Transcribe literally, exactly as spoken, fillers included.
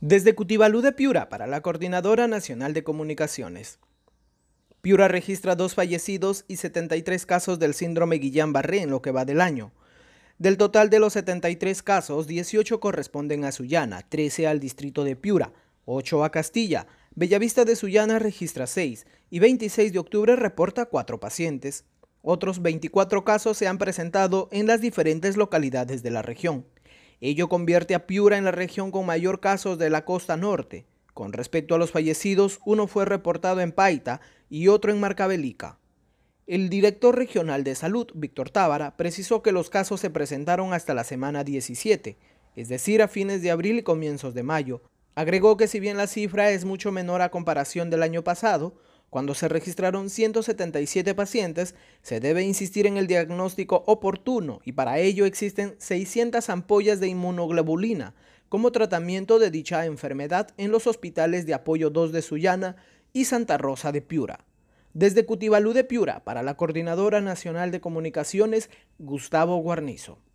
Desde Cutibalú de Piura para la Coordinadora Nacional de Comunicaciones. Piura registra dos fallecidos y setenta y tres casos del síndrome Guillain-Barré en lo que va del año. Del total de los setenta y tres casos, dieciocho corresponden a Sullana, trece al distrito de Piura, ocho a Castilla. Bellavista de Sullana registra seis y veintiséis de octubre reporta cuatro pacientes. Otros veinticuatro casos se han presentado en las diferentes localidades de la región. Ello convierte a Piura en la región con mayor casos de la costa norte. Con respecto a los fallecidos, uno fue reportado en Paita y otro en Marcavelica. El director regional de salud, Víctor Tábara, precisó que los casos se presentaron hasta la semana diecisiete, es decir, a fines de abril y comienzos de mayo. Agregó que si bien la cifra es mucho menor a comparación del año pasado, cuando se registraron ciento setenta y siete pacientes, se debe insistir en el diagnóstico oportuno y para ello existen seiscientas ampollas de inmunoglobulina como tratamiento de dicha enfermedad en los hospitales de Apoyo dos de Sullana y Santa Rosa de Piura. Desde Cutibalú de Piura, para la Coordinadora Nacional de Comunicaciones, Gustavo Guarnizo.